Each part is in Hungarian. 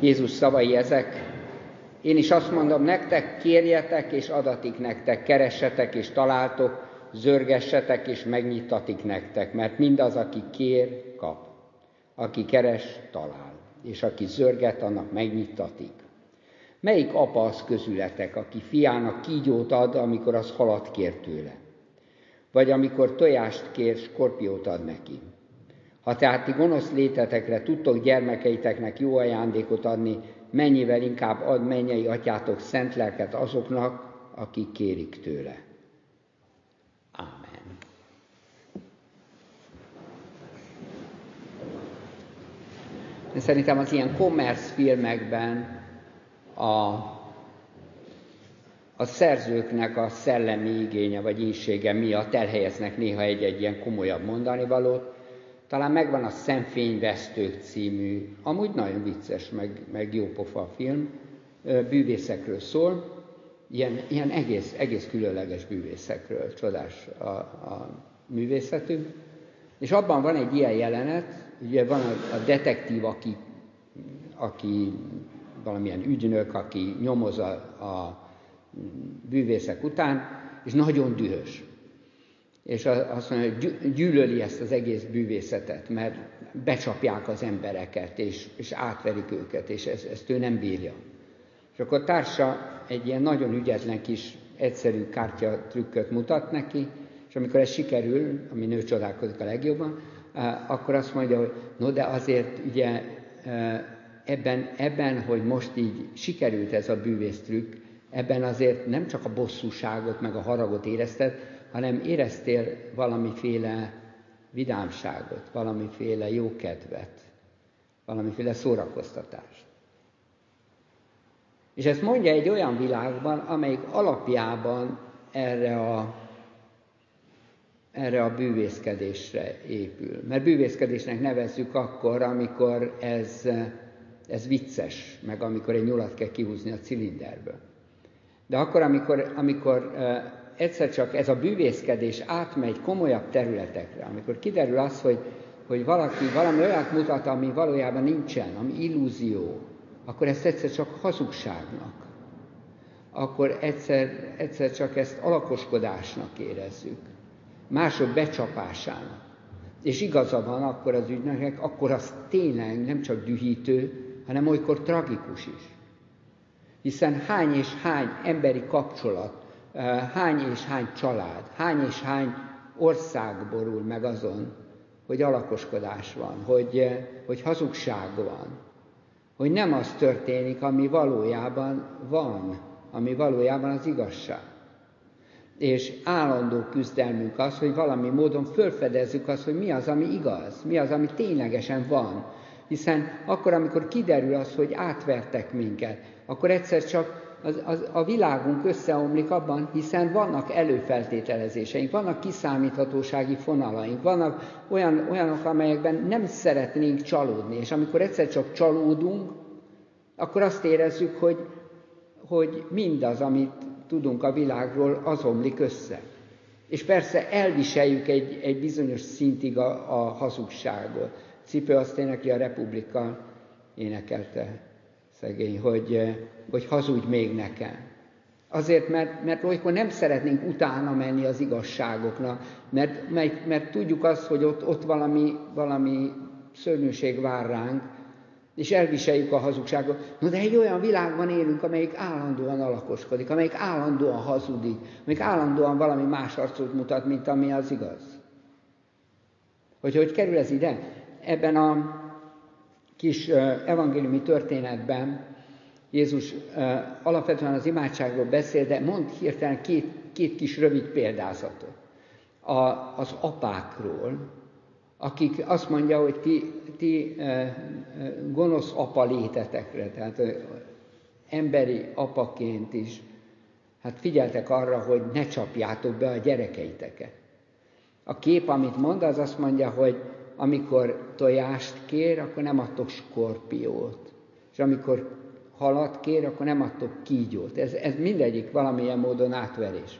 Jézus szavai ezek. Én is azt mondom nektek, kérjetek és adatik nektek, keressetek és találtok, zörgessetek és megnyitatik nektek, mert mindaz, aki kér, kap. Aki keres, talál, és aki zörget, annak megnyitatik. Melyik apa az közületek, aki fiának kígyót ad, amikor az halat kér tőle? Vagy amikor tojást kér, skorpiót ad neki? Ha tehát ti gonosz létetekre tudtok gyermekeiteknek jó ajándékot adni, mennyivel inkább ad mennyei atyátok szent lelket azoknak, akik kérik tőle. Ámen. Szerintem az ilyen commerce filmekben a szerzőknek a szellemi igénye vagy ínsége miatt elhelyeznek néha egy ilyen komolyabb mondanivalót. Talán megvan a Szemfényvesztők című, amúgy nagyon vicces, meg jópofa film, bűvészekről szól, ilyen egész különleges bűvészekről, csodás a művészetük. És abban van egy ilyen jelenet, ugye van a detektív, aki valamilyen ügynök, aki nyomoz a bűvészek után, és nagyon dühös. És azt mondja, hogy gyűlöli ezt az egész bűvészetet, mert becsapják az embereket, és átverik őket, és ezt ő nem bírja. És akkor társa egy ilyen nagyon ügyetlen kis, egyszerű kártyatrükköt mutat neki, és amikor ez sikerül, ami nő csodálkozik a legjobban, akkor azt mondja, hogy no, de azért ugye ebben, hogy most így sikerült ez a bűvésztrükk, ebben azért nem csak a bosszúságot, meg a haragot érezted, hanem éreztél valamiféle vidámságot, valamiféle jókedvet, valamiféle szórakoztatást. És ezt mondja egy olyan világban, amelyik alapjában erre a bűvészkedésre épül. Mert bűvészkedésnek nevezzük akkor, amikor ez vicces, meg amikor egy nyulat kell kihúzni a cilinderből. De akkor, amikor egyszer csak ez a bűvészkedés átmegy komolyabb területekre, amikor kiderül az, hogy valaki valami olyat mutat, ami valójában nincsen, ami illúzió, akkor ezt egyszer csak hazugságnak, akkor egyszer csak ezt alakoskodásnak érezzük, mások becsapásának. És igaza van akkor az ügynöknek, akkor az tényleg nem csak dühítő, hanem olykor tragikus is. Hiszen hány és hány emberi kapcsolat, hány és hány család, hány és hány ország borul meg azon, hogy alakoskodás van, hogy hazugság van, hogy nem az történik, ami valójában van, ami valójában az igazság. És állandó küzdelmünk az, hogy valami módon felfedezzük azt, hogy mi az, ami igaz, mi az, ami ténylegesen van. Hiszen akkor, amikor kiderül az, hogy átvertek minket, akkor egyszer csak a világunk összeomlik abban, hiszen vannak előfeltételezéseink, vannak kiszámíthatósági fonalaink, vannak olyanok, amelyekben nem szeretnénk csalódni, és amikor egyszer csak csalódunk, akkor azt érezzük, hogy mindaz, amit tudunk a világról, az omlik össze. És persze elviseljük egy bizonyos szintig a hazugságot. Cipő azt énekli, a Republika énekelte szegény, hogy hazudj még nekem. Azért, mert olykor nem szeretnénk utána menni az igazságoknak, mert tudjuk azt, hogy ott valami szörnyűség vár ránk, és elviseljük a hazugságot. No, de egy olyan világban élünk, amelyik állandóan alakoskodik, amelyik állandóan hazudik, amelyik állandóan valami más arcot mutat, mint ami az igaz. Hogy kerül ez ide? Ebben a kis evangéliumi történetben Jézus alapvetően az imádságról beszél, de mond hirtelen két kis rövid példázatot. Az apákról, akik azt mondja, hogy ti gonosz apa létetekre, tehát emberi apaként is, hát figyeltek arra, hogy ne csapjátok be a gyerekeiteket. A kép, amit mond, az azt mondja, hogy amikor tojást kér, akkor nem adtok skorpiót. És amikor halat kér, akkor nem adtok kígyót. Ez mindegyik valamilyen módon átverés.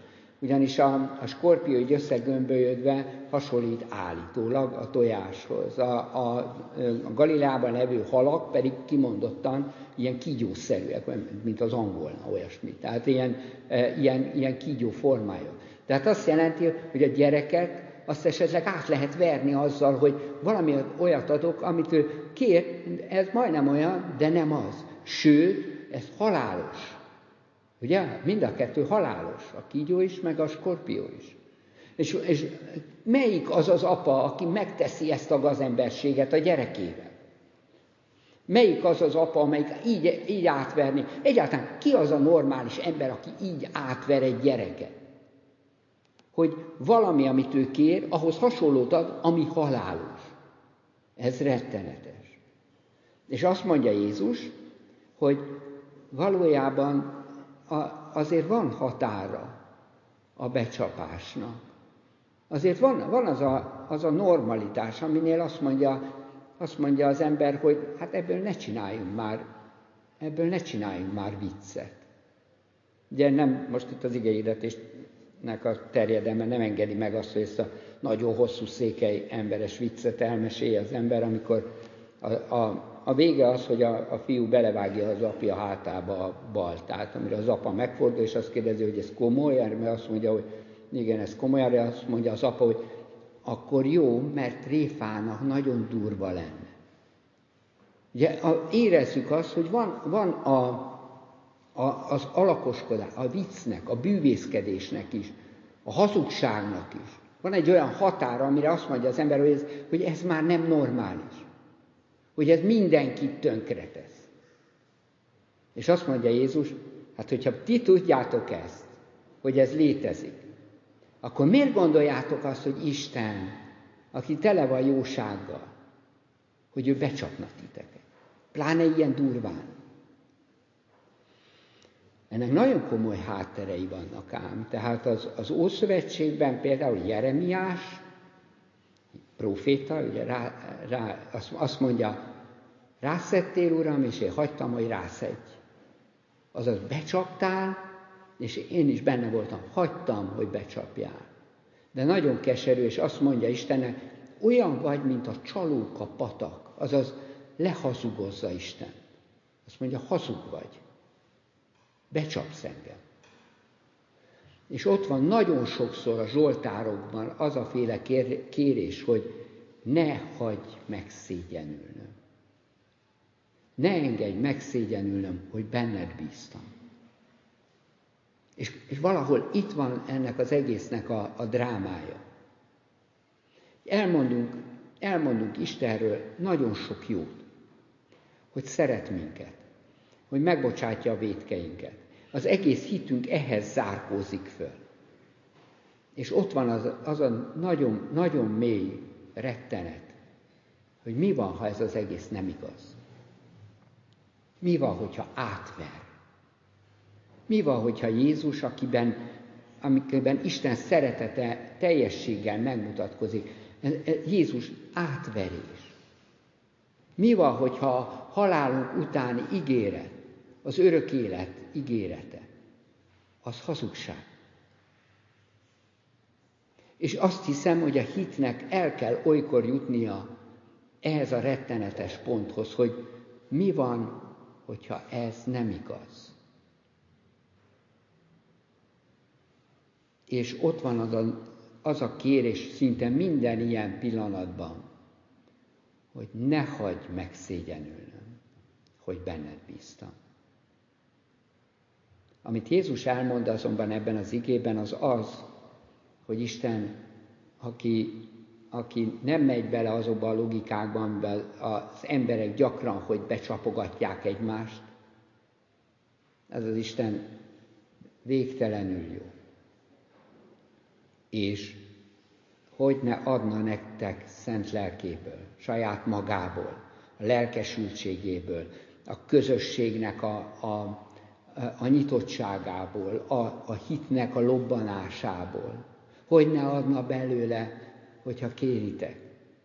Ugyanis a skorpió így összegömbölyödve hasonlít állítólag a tojáshoz. A Galileában levő halak pedig kimondottan ilyen kígyószerűek, mint az angolna, olyasmi. Tehát ilyen kígyó formája. Tehát azt jelenti, hogy a gyereket azt esetleg át lehet verni azzal, hogy valami olyat adok, amit ő kér, ez majdnem olyan, de nem az. Sőt, ez halálos. Ugye? Mind a kettő halálos. A kígyó is, meg a skorpió is. És melyik az az apa, aki megteszi ezt a gazemberséget a gyerekével? Melyik az az apa, amelyik így átverni? Egyáltalán ki az a normális ember, aki így átver egy gyereket? Hogy valami, amit ő kér, ahhoz hasonlót ad, ami halálos. Ez rettenetes. És azt mondja Jézus, hogy valójában azért van határa a becsapásnak. Azért van az a normalitás, aminél azt mondja az ember, hogy hát ebből ne csináljunk már viccet. Ugye nem, most itt az igehirdetésnek a terjedelme nem engedi meg azt, hogy ezt a nagyon hosszú székely emberes viccet elmesélje az ember, amikor a vége az, hogy a fiú belevágja az apja hátába a baltát, amire az apa megfordul, és azt kérdezi, hogy ez komoly, mert azt mondja, hogy igen, ez komoly, de azt mondja az apa, hogy akkor jó, mert Réfának nagyon durva lenne. Ugye érezzük azt, hogy van az alakoskodás, a viccnek, a bűvészkedésnek is, a hazugságnak is. Van egy olyan határa, amire azt mondja az ember, hogy ez már nem normális. Hogy ez mindenkit tönkretesz. És azt mondja Jézus, hát hogyha ti tudjátok ezt, hogy ez létezik, akkor miért gondoljátok azt, hogy Isten, aki tele van jósággal, hogy ő becsapna titeket? Pláne ilyen durván. Ennek nagyon komoly hátterei vannak ám. Tehát az Ószövetségben például Jeremiás, próféta, ugye azt mondja, rászettél, Uram, és én hagytam, hogy rászedj. Azaz becsaptál, és én is benne voltam, hagytam, hogy becsapjál. De nagyon keserű, és azt mondja Istennek, olyan vagy, mint a csalóka patak, azaz lehazugozza Isten. Azt mondja, hazug vagy. Becsapsz engem. És ott van nagyon sokszor a zsoltárokban az a féle kérés, hogy ne hagyj megszégyenülnöm. Ne engedj megszégyenülnöm, hogy benned bíztam. És valahol itt van ennek az egésznek a drámája. Elmondunk Istenről nagyon sok jót, hogy szeret minket, hogy megbocsátja a vétkeinket. Az egész hitünk ehhez zárkózik föl. És ott van az a nagyon, nagyon mély rettenet, hogy mi van, ha ez az egész nem igaz. Mi van, hogyha átver? Mi van, hogyha Jézus, amikben Isten szeretete teljességgel megmutatkozik, Jézus átverés? Mi van, hogyha a halálunk utáni ígéret, az örök élet ígérete, az hazugság? És azt hiszem, hogy a hitnek el kell olykor jutnia ehhez a rettenetes ponthoz, hogy mi van, hogyha ez nem igaz. És ott van az a kérés szinte minden ilyen pillanatban, hogy ne hagyj megszégyenülnöm, hogy benned bíztam. Amit Jézus elmond azonban ebben az igében, az, hogy Isten, aki nem megy bele azokba a logikákban, amiben az emberek gyakran, hogy becsapogatják egymást, ez az Isten végtelenül jó. És hogy ne adna nektek szent lelkéből, saját magából, a lelkesültségéből, a közösségnek a nyitottságából, a hitnek a lobbanásából. Hogy ne adna belőle, hogyha kéritek.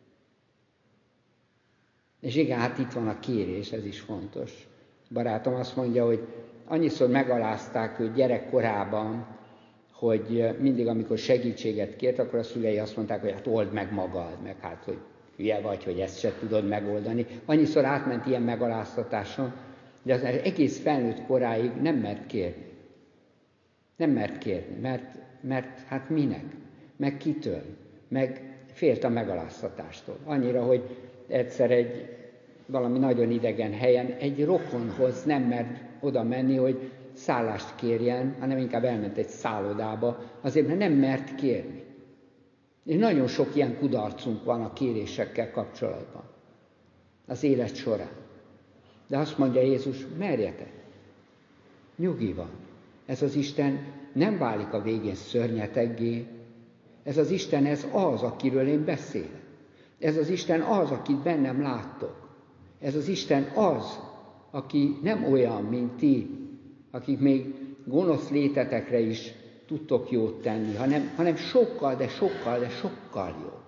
És igen, hát itt van a kérés, ez is fontos. Barátom azt mondja, hogy annyiszor megalázták őt gyerekkorában, hogy mindig, amikor segítséget kért, akkor a szülei azt mondták, hogy hát old meg magad, meg hát, hogy hülye vagy, hogy ezt se tudod megoldani. Annyiszor átment ilyen megaláztatáson, de az egész felnőtt koráig nem mert kérni. Nem mert kérni, mert hát minek? Meg kitől? Meg félt a megaláztatástól. Annyira, hogy egyszer valami nagyon idegen helyen egy rokonhoz nem mert oda menni, hogy szállást kérjen, hanem inkább elment egy szállodába, azért, mert nem mert kérni. És nagyon sok ilyen kudarcunk van a kérésekkel kapcsolatban az élet során. De azt mondja Jézus, merjetek, nyugi van. Ez az Isten nem válik a végén szörnyeteggé. Ez az Isten, ez az, akiről én beszélek. Ez az Isten az, akit bennem láttok. Ez az Isten az, aki nem olyan, mint ti, akik még gonosz létetekre is tudtok jót tenni, hanem sokkal, de sokkal, de sokkal jobb.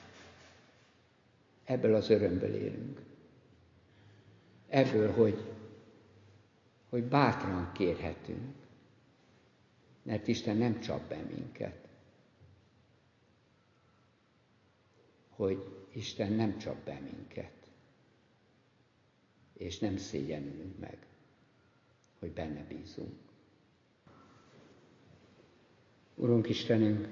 Ebből az örömből élünk. Ebből, hogy bátran kérhetünk. Mert Isten nem csap be minket. Hogy Isten nem csap be minket. És nem szégyenülünk meg, hogy benne bízunk. Urunk Istenünk,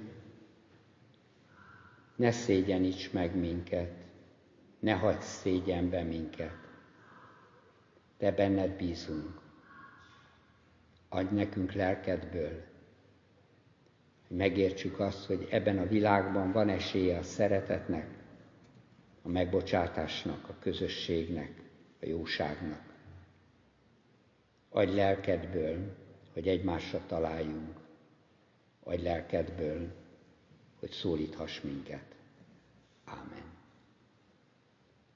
ne szégyeníts meg minket, ne hagyd szégyenbe minket, de benned bízunk. Adj nekünk lelkedből, hogy megértsük azt, hogy ebben a világban van esélye a szeretetnek, a megbocsátásnak, a közösségnek, a jóságnak. Adj lelkedből, hogy egymásra találjunk. Adj lelkedből, hogy szólíthass minket. Ámen.